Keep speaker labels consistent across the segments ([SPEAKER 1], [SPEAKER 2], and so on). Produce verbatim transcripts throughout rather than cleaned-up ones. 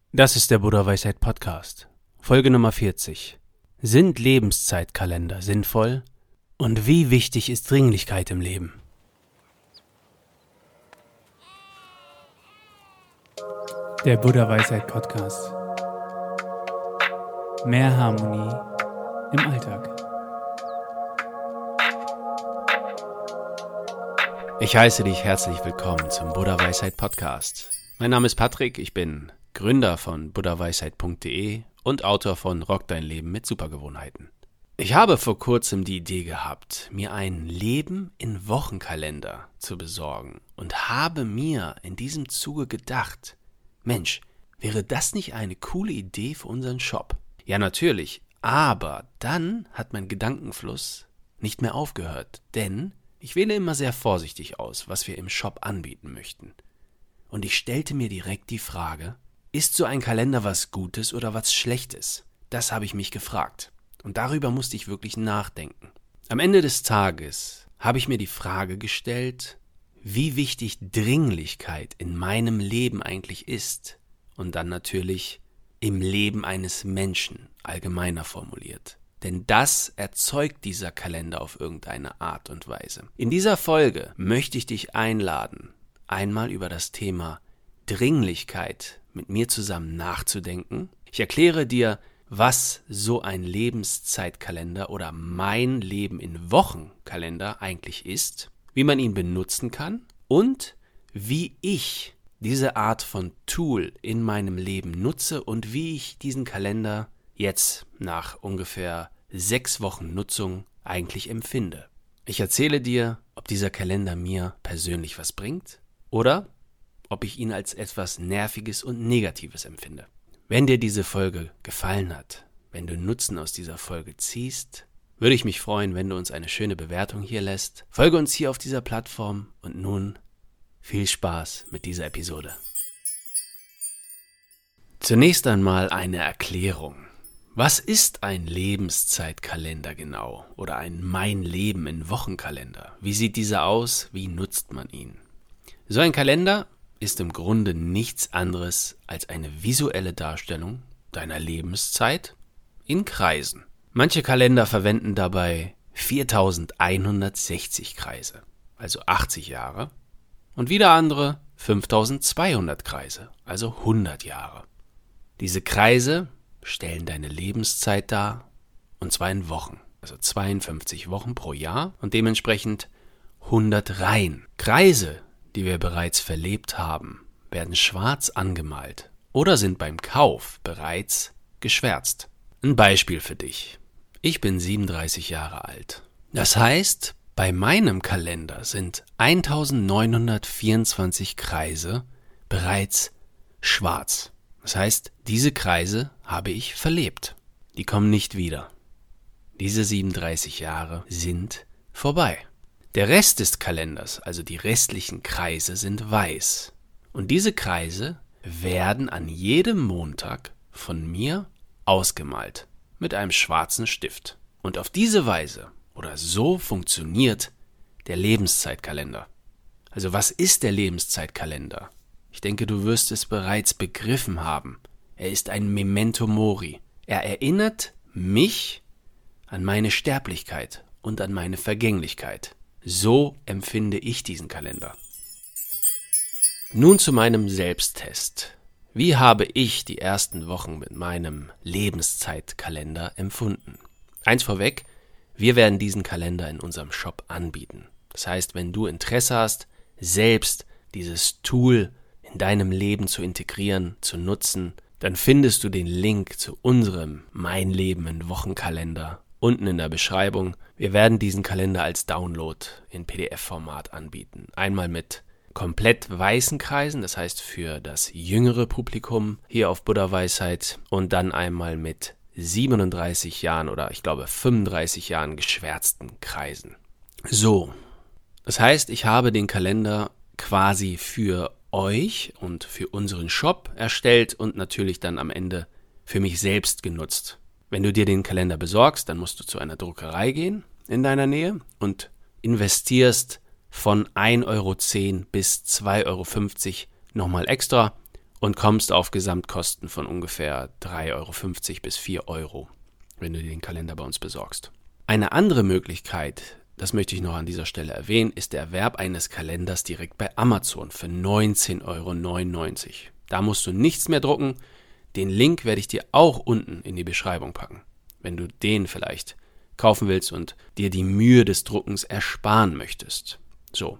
[SPEAKER 1] Das ist der Buddha Weisheit Podcast, Folge Nummer vierzig. Sind Lebenszeitkalender sinnvoll? Und wie wichtig ist Dringlichkeit im Leben? Der Buddha Weisheit Podcast. Mehr Harmonie im Alltag. Ich heiße dich herzlich willkommen zum Buddha Weisheit Podcast. Mein Name ist Patrick, ich bin Gründer von buddha weisheit punkt de und Autor von Rock dein Leben mit Supergewohnheiten. Ich habe vor kurzem die Idee gehabt, mir ein Leben in Wochenkalender zu besorgen und habe mir in diesem Zuge gedacht, Mensch, wäre das nicht eine coole Idee für unseren Shop? Ja, natürlich, aber dann hat mein Gedankenfluss nicht mehr aufgehört, denn ich wähle immer sehr vorsichtig aus, was wir im Shop anbieten möchten. Und ich stellte mir direkt die Frage, ist so ein Kalender was Gutes oder was Schlechtes? Das habe ich mich gefragt. Und darüber musste ich wirklich nachdenken. Am Ende des Tages habe ich mir die Frage gestellt, wie wichtig Dringlichkeit in meinem Leben eigentlich ist. Und dann natürlich im Leben eines Menschen, allgemeiner formuliert. Denn das erzeugt dieser Kalender auf irgendeine Art und Weise. In dieser Folge möchte ich dich einladen, einmal über das Thema Dringlichkeit mit mir zusammen nachzudenken. Ich erkläre dir, was so ein Lebenszeitkalender oder mein Leben in Wochenkalender eigentlich ist, wie man ihn benutzen kann und wie ich diese Art von Tool in meinem Leben nutze und wie ich diesen Kalender jetzt nach ungefähr sechs Wochen Nutzung eigentlich empfinde. Ich erzähle dir, ob dieser Kalender mir persönlich was bringt oder ob ich ihn als etwas Nerviges und Negatives empfinde. Wenn dir diese Folge gefallen hat, wenn du Nutzen aus dieser Folge ziehst, würde ich mich freuen, wenn du uns eine schöne Bewertung hier lässt. Folge uns hier auf dieser Plattform und nun viel Spaß mit dieser Episode. Zunächst einmal eine Erklärung. Was ist ein Lebenszeitkalender genau oder ein Mein Leben in Wochenkalender? Wie sieht dieser aus? Wie nutzt man ihn? So ein Kalender ist im Grunde nichts anderes als eine visuelle Darstellung deiner Lebenszeit in Kreisen. Manche Kalender verwenden dabei viertausendeinhundertsechzig Kreise, also achtzig Jahre, und wieder andere fünftausendzweihundert Kreise, also hundert Jahre. Diese Kreise stellen deine Lebenszeit dar, und zwar in Wochen, also zweiundfünfzig Wochen pro Jahr und dementsprechend hundert Reihen. Kreise, die wir bereits verlebt haben, werden schwarz angemalt oder sind beim Kauf bereits geschwärzt. Ein Beispiel für dich. Ich bin siebenunddreißig Jahre alt. Das heißt, bei meinem Kalender sind eintausendneunhundertvierundzwanzig Kreise bereits schwarz. Das heißt, diese Kreise habe ich verlebt. Die kommen nicht wieder. Diese siebenunddreißig Jahre sind vorbei. Der Rest des Kalenders, also die restlichen Kreise, sind weiß. Und diese Kreise werden an jedem Montag von mir ausgemalt mit einem schwarzen Stift. Und auf diese Weise oder so funktioniert der Lebenszeitkalender. Also was ist der Lebenszeitkalender? Ich denke, du wirst es bereits begriffen haben. Er ist ein Memento Mori. Er erinnert mich an meine Sterblichkeit und an meine Vergänglichkeit. So empfinde ich diesen Kalender. Nun zu meinem Selbsttest. Wie habe ich die ersten Wochen mit meinem Lebenszeitkalender empfunden? Eins vorweg, wir werden diesen Kalender in unserem Shop anbieten. Das heißt, wenn du Interesse hast, selbst dieses Tool in deinem Leben zu integrieren, zu nutzen, dann findest du den Link zu unserem Mein Leben in Wochenkalender unten in der Beschreibung. Wir werden diesen Kalender als Download in P D F-Format anbieten. Einmal mit komplett weißen Kreisen, das heißt für das jüngere Publikum hier auf Buddha Weisheit, und dann einmal mit siebenunddreißig Jahren oder ich glaube fünfunddreißig Jahren geschwärzten Kreisen. So, das heißt, ich habe den Kalender quasi für euch und für unseren Shop erstellt und natürlich dann am Ende für mich selbst genutzt. Wenn du dir den Kalender besorgst, dann musst du zu einer Druckerei gehen in deiner Nähe und investierst von ein Euro zehn bis zwei Euro fünfzig nochmal extra, und kommst auf Gesamtkosten von ungefähr drei Euro fünfzig bis vier Euro, wenn du den Kalender bei uns besorgst. Eine andere Möglichkeit, das möchte ich noch an dieser Stelle erwähnen, ist der Erwerb eines Kalenders direkt bei Amazon für neunzehn Euro neunundneunzig. Da musst du nichts mehr drucken. Den Link werde ich dir auch unten in die Beschreibung packen, wenn du den vielleicht kaufen willst und dir die Mühe des Druckens ersparen möchtest. So,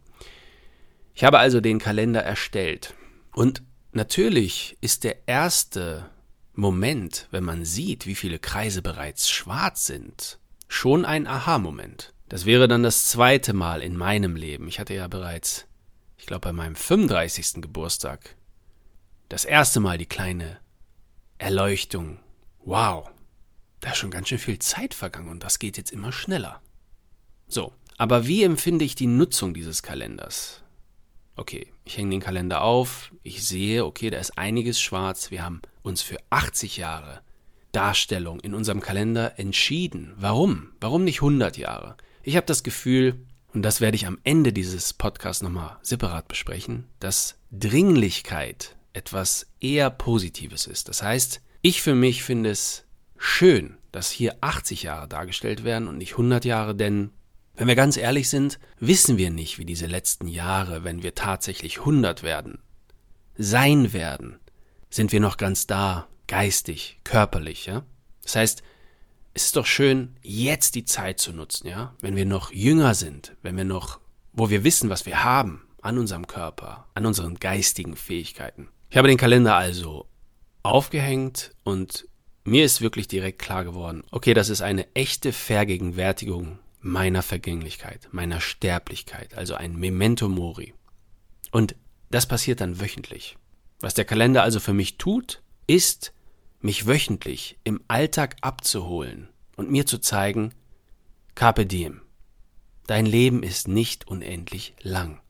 [SPEAKER 1] ich habe also den Kalender erstellt und natürlich ist der erste Moment, wenn man sieht, wie viele Kreise bereits schwarz sind, schon ein Aha-Moment. Das wäre dann das zweite Mal in meinem Leben. Ich hatte ja bereits, ich glaube bei meinem fünfunddreißigsten Geburtstag, das erste Mal die kleine Erleuchtung. Wow, da ist schon ganz schön viel Zeit vergangen und das geht jetzt immer schneller. So, aber wie empfinde ich die Nutzung dieses Kalenders? Okay, ich hänge den Kalender auf, ich sehe, okay, da ist einiges schwarz. Wir haben uns für achtzig Jahre Darstellung in unserem Kalender entschieden. Warum? Warum nicht hundert Jahre? Ich habe das Gefühl, und das werde ich am Ende dieses Podcasts nochmal separat besprechen, dass Dringlichkeit etwas eher Positives ist. Das heißt, ich für mich finde es schön, dass hier achtzig Jahre dargestellt werden und nicht hundert Jahre, denn wenn wir ganz ehrlich sind, wissen wir nicht, wie diese letzten Jahre, wenn wir tatsächlich hundert werden, sein werden. Sind wir noch ganz da, geistig, körperlich, ja? Das heißt, es ist doch schön, jetzt die Zeit zu nutzen, ja? Wenn wir noch jünger sind, wenn wir noch, wo wir wissen, was wir haben an unserem Körper, an unseren geistigen Fähigkeiten. Ich habe den Kalender also aufgehängt und mir ist wirklich direkt klar geworden, okay, das ist eine echte Vergegenwärtigung meiner Vergänglichkeit, meiner Sterblichkeit, also ein Memento Mori. Und das passiert dann wöchentlich. Was der Kalender also für mich tut, ist, mich wöchentlich im Alltag abzuholen und mir zu zeigen, Carpe diem, dein Leben ist nicht unendlich lang.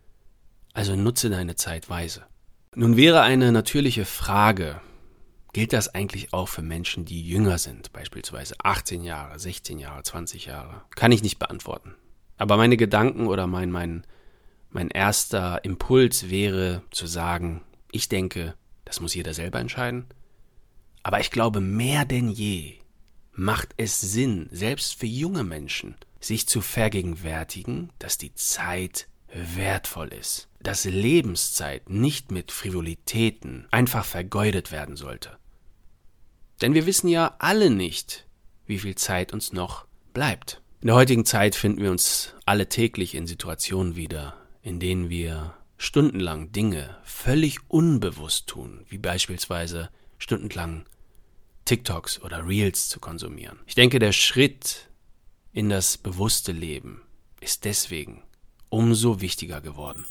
[SPEAKER 1] Also nutze deine Zeit weise. Nun wäre eine natürliche Frage, gilt das eigentlich auch für Menschen, die jünger sind, beispielsweise achtzehn Jahre, sechzehn Jahre, zwanzig Jahre? Kann ich nicht beantworten. Aber meine Gedanken oder mein, mein, mein erster Impuls wäre zu sagen, ich denke, das muss jeder selber entscheiden. Aber ich glaube, mehr denn je macht es Sinn, selbst für junge Menschen, sich zu vergegenwärtigen, dass die Zeit wertvoll ist, dass Lebenszeit nicht mit Frivolitäten einfach vergeudet werden sollte. Denn wir wissen ja alle nicht, wie viel Zeit uns noch bleibt. In der heutigen Zeit finden wir uns alle täglich in Situationen wieder, in denen wir stundenlang Dinge völlig unbewusst tun, wie beispielsweise stundenlang TikToks oder Reels zu konsumieren. Ich denke, der Schritt in das bewusste Leben ist deswegen umso wichtiger geworden.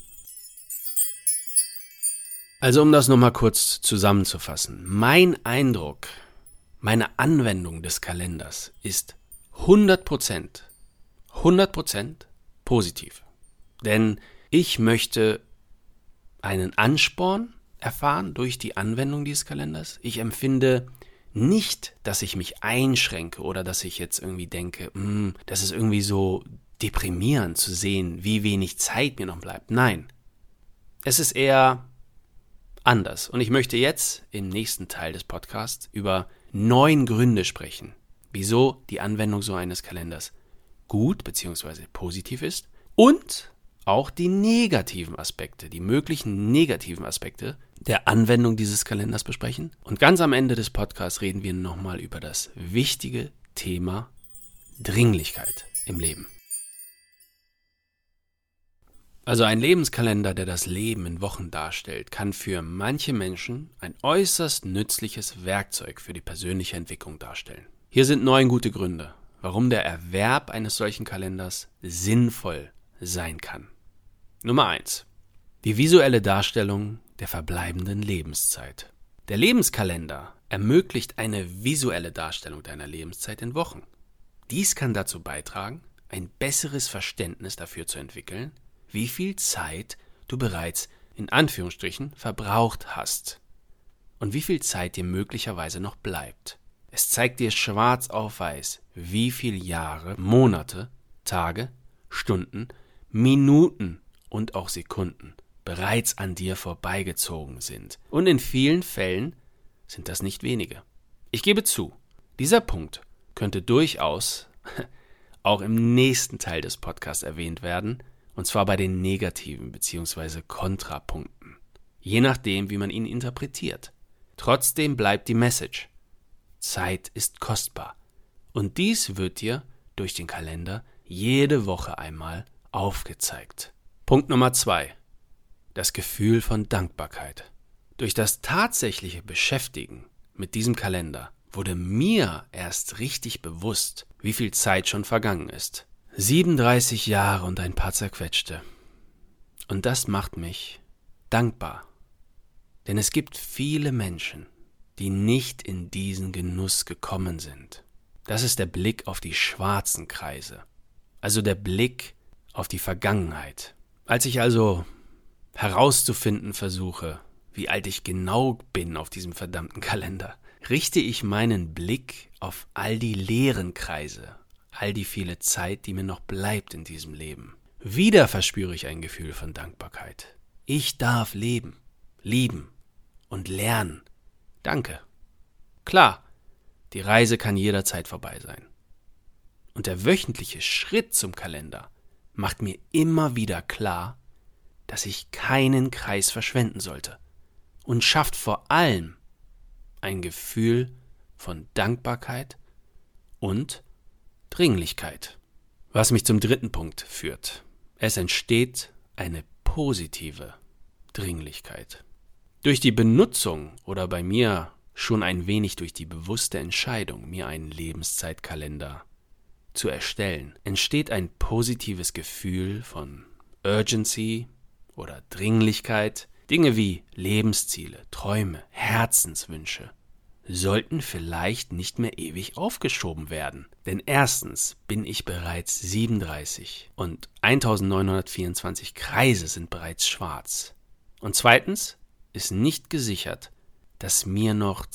[SPEAKER 1] Also um das nochmal kurz zusammenzufassen. Mein Eindruck, meine Anwendung des Kalenders ist hundert Prozent, hundert Prozent positiv. Denn ich möchte einen Ansporn erfahren durch die Anwendung dieses Kalenders. Ich empfinde nicht, dass ich mich einschränke oder dass ich jetzt irgendwie denke, mh, das ist irgendwie so deprimierend zu sehen, wie wenig Zeit mir noch bleibt. Nein, es ist eher anders. Und ich möchte jetzt im nächsten Teil des Podcasts über neun Gründe sprechen, wieso die Anwendung so eines Kalenders gut bzw. positiv ist und auch die negativen Aspekte, die möglichen negativen Aspekte der Anwendung dieses Kalenders besprechen. Und ganz am Ende des Podcasts reden wir nochmal über das wichtige Thema Dringlichkeit im Leben. Also ein Lebenskalender, der das Leben in Wochen darstellt, kann für manche Menschen ein äußerst nützliches Werkzeug für die persönliche Entwicklung darstellen. Hier sind neun gute Gründe, warum der Erwerb eines solchen Kalenders sinnvoll sein kann. Nummer eins. Die visuelle Darstellung der verbleibenden Lebenszeit. Der Lebenskalender ermöglicht eine visuelle Darstellung deiner Lebenszeit in Wochen. Dies kann dazu beitragen, ein besseres Verständnis dafür zu entwickeln, wie viel Zeit du bereits in Anführungsstrichen verbraucht hast und wie viel Zeit dir möglicherweise noch bleibt. Es zeigt dir schwarz auf weiß, wie viele Jahre, Monate, Tage, Stunden, Minuten und auch Sekunden bereits an dir vorbeigezogen sind. Und in vielen Fällen sind das nicht wenige. Ich gebe zu, dieser Punkt könnte durchaus auch im nächsten Teil des Podcasts erwähnt werden, und zwar bei den negativen bzw. Kontrapunkten, je nachdem, wie man ihn interpretiert. Trotzdem bleibt die Message: Zeit ist kostbar, und dies wird dir durch den Kalender jede Woche einmal aufgezeigt. Punkt Nummer zwei. Das Gefühl von Dankbarkeit. Durch das tatsächliche Beschäftigen mit diesem Kalender wurde mir erst richtig bewusst, wie viel Zeit schon vergangen ist. siebenunddreißig Jahre und ein paar zerquetschte. Und das macht mich dankbar. Denn es gibt viele Menschen, die nicht in diesen Genuss gekommen sind. Das ist der Blick auf die schwarzen Kreise. Also der Blick auf die Vergangenheit. Als ich also herauszufinden versuche, wie alt ich genau bin auf diesem verdammten Kalender, richte ich meinen Blick auf all die leeren Kreise, all die viele Zeit, die mir noch bleibt in diesem Leben. Wieder verspüre ich ein Gefühl von Dankbarkeit. Ich darf leben, lieben und lernen. Danke. Klar, die Reise kann jederzeit vorbei sein. Und der wöchentliche Schritt zum Kalender macht mir immer wieder klar, dass ich keinen Kreis verschwenden sollte und schafft vor allem ein Gefühl von Dankbarkeit und Dringlichkeit. Was mich zum dritten Punkt führt. Es entsteht eine positive Dringlichkeit. Durch die Benutzung oder bei mir schon ein wenig durch die bewusste Entscheidung, mir einen Lebenszeitkalender zu erstellen, entsteht ein positives Gefühl von Urgency oder Dringlichkeit. Dinge wie Lebensziele, Träume, Herzenswünsche sollten vielleicht nicht mehr ewig aufgeschoben werden. Denn erstens bin ich bereits siebenunddreißig und eintausendneunhundertvierundzwanzig Kreise sind bereits schwarz. Und zweitens ist nicht gesichert, dass mir noch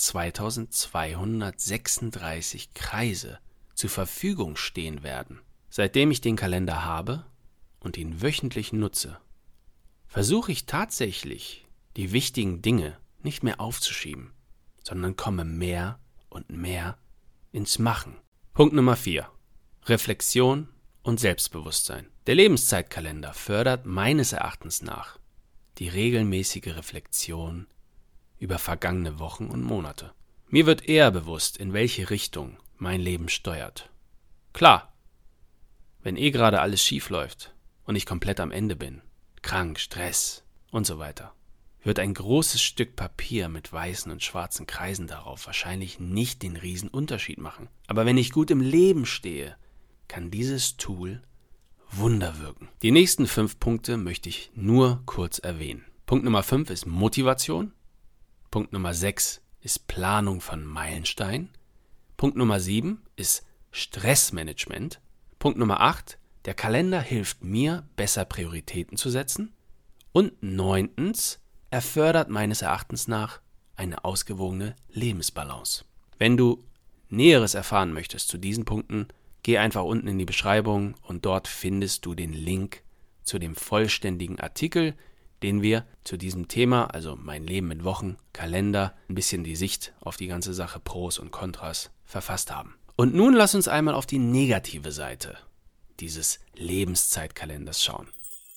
[SPEAKER 1] zweitausendzweihundertsechsunddreißig Kreise zur Verfügung stehen werden. Seitdem ich den Kalender habe und ihn wöchentlich nutze, versuche ich tatsächlich, die wichtigen Dinge nicht mehr aufzuschieben, sondern komme mehr und mehr ins Machen. Punkt Nummer vier. Reflexion und Selbstbewusstsein. Der Lebenszeitkalender fördert meines Erachtens nach die regelmäßige Reflexion über vergangene Wochen und Monate. Mir wird eher bewusst, in welche Richtung mein Leben steuert. Klar, wenn eh gerade alles schief läuft und ich komplett am Ende bin, krank, Stress und so weiter, wird ein großes Stück Papier mit weißen und schwarzen Kreisen darauf wahrscheinlich nicht den riesen Unterschied machen. Aber wenn ich gut im Leben stehe, kann dieses Tool Wunder wirken. Die nächsten fünf Punkte möchte ich nur kurz erwähnen. Punkt Nummer fünf ist Motivation. Punkt Nummer sechs ist Planung von Meilensteinen. Punkt Nummer sieben ist Stressmanagement. Punkt Nummer acht, der Kalender hilft mir, besser Prioritäten zu setzen. Und neuntens, er fördert meines Erachtens nach eine ausgewogene Lebensbalance. Wenn du Näheres erfahren möchtest zu diesen Punkten, geh einfach unten in die Beschreibung und dort findest du den Link zu dem vollständigen Artikel, den wir zu diesem Thema, also mein Leben mit Wochen, Kalender, ein bisschen die Sicht auf die ganze Sache, Pros und Kontras, verfasst haben. Und nun lass uns einmal auf die negative Seite dieses Lebenszeitkalenders schauen.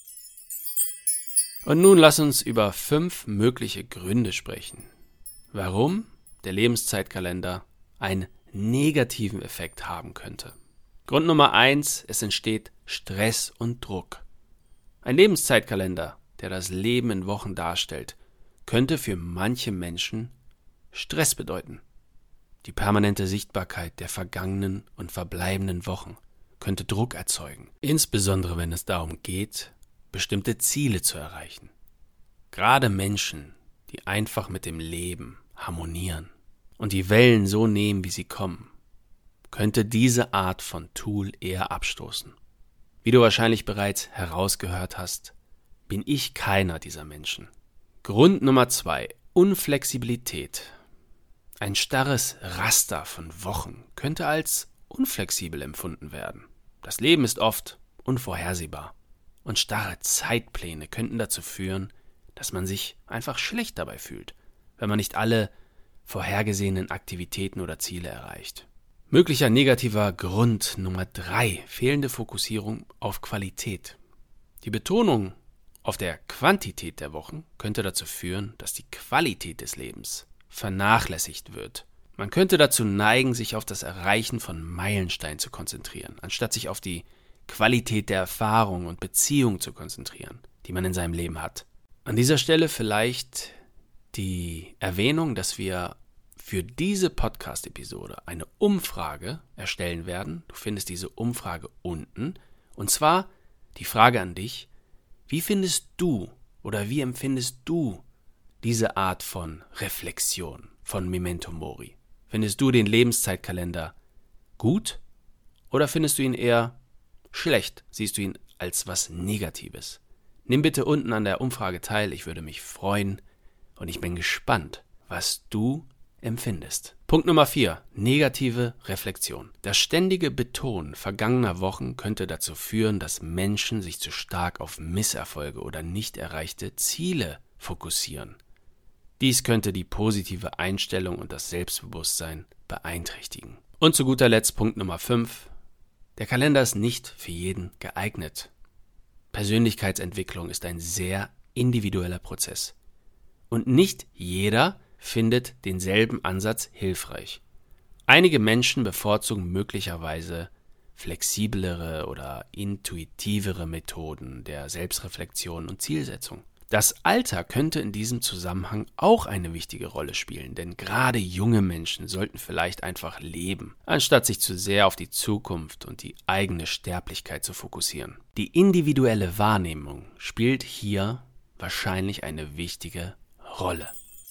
[SPEAKER 1] Und nun lass uns über fünf mögliche Gründe sprechen, warum der Lebenszeitkalender einen negativen Effekt haben könnte. Grund Nummer eins, es entsteht Stress und Druck. Ein Lebenszeitkalender, der das Leben in Wochen darstellt, könnte für manche Menschen Stress bedeuten. Die permanente Sichtbarkeit der vergangenen und verbleibenden Wochen könnte Druck erzeugen, insbesondere wenn es darum geht, bestimmte Ziele zu erreichen. Gerade Menschen, die einfach mit dem Leben harmonieren und die Wellen so nehmen, wie sie kommen, könnte diese Art von Tool eher abstoßen. Wie du wahrscheinlich bereits herausgehört hast, bin ich keiner dieser Menschen. Grund Nummer zwei, Unflexibilität. Ein starres Raster von Wochen könnte als unflexibel empfunden werden. Das Leben ist oft unvorhersehbar und starre Zeitpläne könnten dazu führen, dass man sich einfach schlecht dabei fühlt, wenn man nicht alle vorhergesehenen Aktivitäten oder Ziele erreicht. Möglicher negativer Grund Nummer drei, fehlende Fokussierung auf Qualität. Die Betonung auf der Quantität der Wochen könnte dazu führen, dass die Qualität des Lebens vernachlässigt wird. Man könnte dazu neigen, sich auf das Erreichen von Meilensteinen zu konzentrieren, anstatt sich auf die Qualität der Erfahrung und Beziehung zu konzentrieren, die man in seinem Leben hat. An dieser Stelle vielleicht die Erwähnung, dass wir für diese Podcast-Episode eine Umfrage erstellen werden. Du findest diese Umfrage unten. Und zwar die Frage an dich: Wie findest du oder wie empfindest du diese Art von Reflexion, von Memento Mori? Findest du den Lebenszeitkalender gut oder findest du ihn eher schlecht? Siehst du ihn als was Negatives? Nimm bitte unten an der Umfrage teil, ich würde mich freuen und ich bin gespannt, was du empfindest. Punkt Nummer vier. Negative Reflexion. Das ständige Betonen vergangener Wochen könnte dazu führen, dass Menschen sich zu stark auf Misserfolge oder nicht erreichte Ziele fokussieren. Dies könnte die positive Einstellung und das Selbstbewusstsein beeinträchtigen. Und zu guter Letzt Punkt Nummer fünf. Der Kalender ist nicht für jeden geeignet. Persönlichkeitsentwicklung ist ein sehr individueller Prozess. Und nicht jeder findet denselben Ansatz hilfreich. Einige Menschen bevorzugen möglicherweise flexiblere oder intuitivere Methoden der Selbstreflexion und Zielsetzung. Das Alter könnte in diesem Zusammenhang auch eine wichtige Rolle spielen, denn gerade junge Menschen sollten vielleicht einfach leben, anstatt sich zu sehr auf die Zukunft und die eigene Sterblichkeit zu fokussieren. Die individuelle Wahrnehmung spielt hier wahrscheinlich eine wichtige Rolle.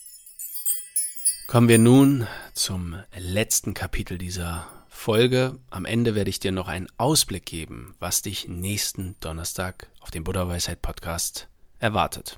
[SPEAKER 1] Kommen wir nun zum letzten Kapitel dieser Folge. Am Ende werde ich dir noch einen Ausblick geben, was dich nächsten Donnerstag auf dem Buddha Weisheit Podcast erwartet.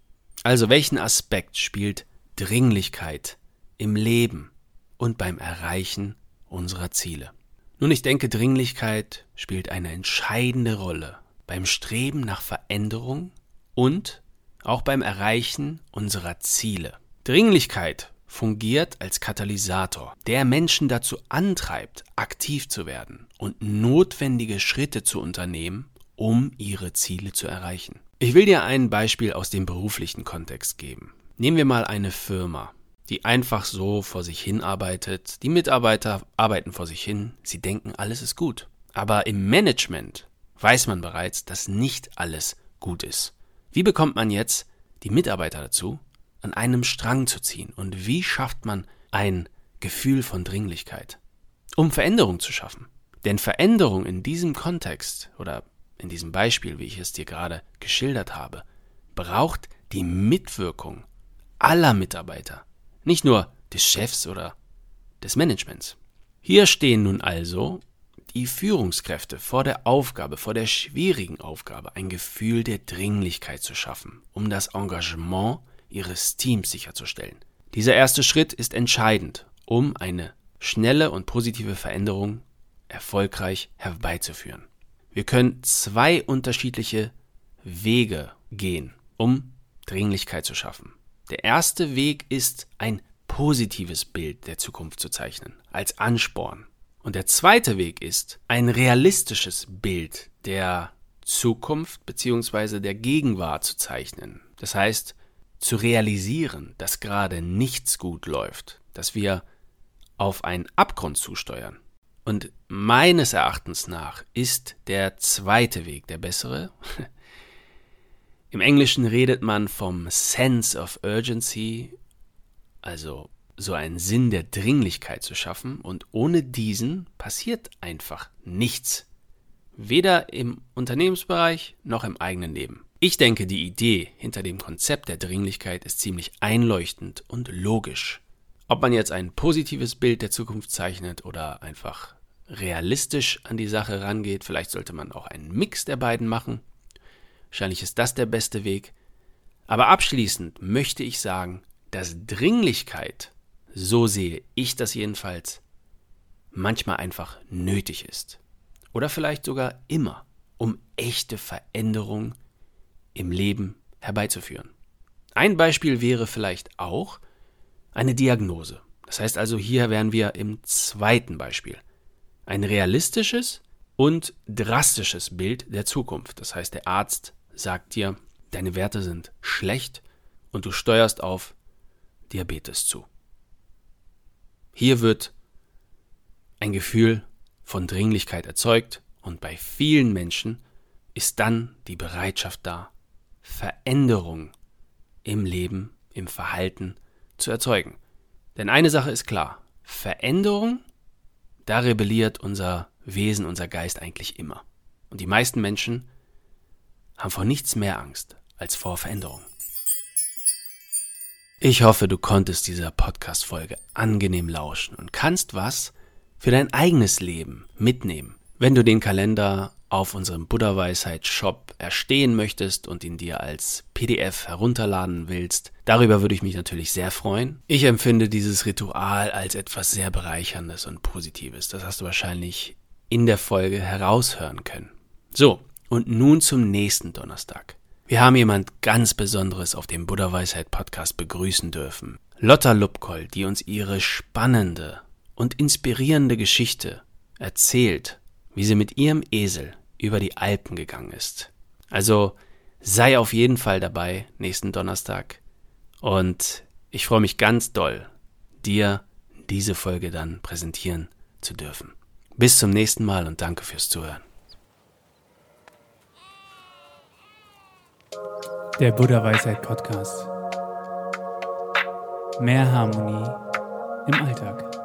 [SPEAKER 1] Also, welchen Aspekt spielt Dringlichkeit im Leben und beim Erreichen unserer Ziele? Nun, ich denke, Dringlichkeit spielt eine entscheidende Rolle beim Streben nach Veränderung und auch beim Erreichen unserer Ziele. Dringlichkeit fungiert als Katalysator, der Menschen dazu antreibt, aktiv zu werden und notwendige Schritte zu unternehmen, um ihre Ziele zu erreichen. Ich will dir ein Beispiel aus dem beruflichen Kontext geben. Nehmen wir mal eine Firma, die einfach so vor sich hin arbeitet. Die Mitarbeiter arbeiten vor sich hin, sie denken, alles ist gut. Aber im Management weiß man bereits, dass nicht alles gut ist. Wie bekommt man jetzt die Mitarbeiter dazu, an einem Strang zu ziehen? Und wie schafft man ein Gefühl von Dringlichkeit, um Veränderung zu schaffen? Denn Veränderung in diesem Kontext oder in diesem Beispiel, wie ich es dir gerade geschildert habe, braucht die Mitwirkung aller Mitarbeiter, nicht nur des Chefs oder des Managements. Hier stehen nun also die Führungskräfte vor der Aufgabe, vor der schwierigen Aufgabe, ein Gefühl der Dringlichkeit zu schaffen, um das Engagement ihres Teams sicherzustellen. Dieser erste Schritt ist entscheidend, um eine schnelle und positive Veränderung erfolgreich herbeizuführen. Wir können zwei unterschiedliche Wege gehen, um Dringlichkeit zu schaffen. Der erste Weg ist, ein positives Bild der Zukunft zu zeichnen, als Ansporn. Und der zweite Weg ist, ein realistisches Bild der Zukunft bzw. der Gegenwart zu zeichnen. Das heißt, zu realisieren, dass gerade nichts gut läuft, dass wir auf einen Abgrund zusteuern. Und meines Erachtens nach ist der zweite Weg der bessere. Im Englischen redet man vom Sense of Urgency, also so einen Sinn der Dringlichkeit zu schaffen. Und ohne diesen passiert einfach nichts. Weder im Unternehmensbereich noch im eigenen Leben. Ich denke, die Idee hinter dem Konzept der Dringlichkeit ist ziemlich einleuchtend und logisch. Ob man jetzt ein positives Bild der Zukunft zeichnet oder einfach realistisch an die Sache rangeht, vielleicht sollte man auch einen Mix der beiden machen. Wahrscheinlich ist das der beste Weg. Aber abschließend möchte ich sagen, dass Dringlichkeit, so sehe ich das jedenfalls, manchmal einfach nötig ist. Oder vielleicht sogar immer, um echte Veränderung im Leben herbeizuführen. Ein Beispiel wäre vielleicht auch eine Diagnose. Das heißt also, hier wären wir im zweiten Beispiel. Ein realistisches und drastisches Bild der Zukunft. Das heißt, der Arzt sagt dir, deine Werte sind schlecht und du steuerst auf Diabetes zu. Hier wird ein Gefühl von Dringlichkeit erzeugt und bei vielen Menschen ist dann die Bereitschaft da, Veränderung im Leben, im Verhalten zu erzeugen. Denn eine Sache ist klar, Veränderung, da rebelliert unser Wesen, unser Geist eigentlich immer. Und die meisten Menschen haben vor nichts mehr Angst als vor Veränderung. Ich hoffe, du konntest dieser Podcast-Folge angenehm lauschen und kannst was für dein eigenes Leben mitnehmen. Wenn du den Kalender auf unserem Buddha-Weisheit-Shop erstehen möchtest und ihn dir als P D F herunterladen willst, darüber würde ich mich natürlich sehr freuen. Ich empfinde dieses Ritual als etwas sehr Bereicherndes und Positives. Das hast du wahrscheinlich in der Folge heraushören können. So, und nun zum nächsten Donnerstag. Wir haben jemand ganz Besonderes auf dem Buddha-Weisheit-Podcast begrüßen dürfen. Lotta Lupkoll, die uns ihre spannende und inspirierende Geschichte erzählt, wie sie mit ihrem Esel über die Alpen gegangen ist. Also sei auf jeden Fall dabei nächsten Donnerstag und ich freue mich ganz doll, dir diese Folge dann präsentieren zu dürfen. Bis zum nächsten Mal und danke fürs Zuhören.
[SPEAKER 2] Der Buddha-Weisheit-Podcast. Mehr Harmonie im Alltag.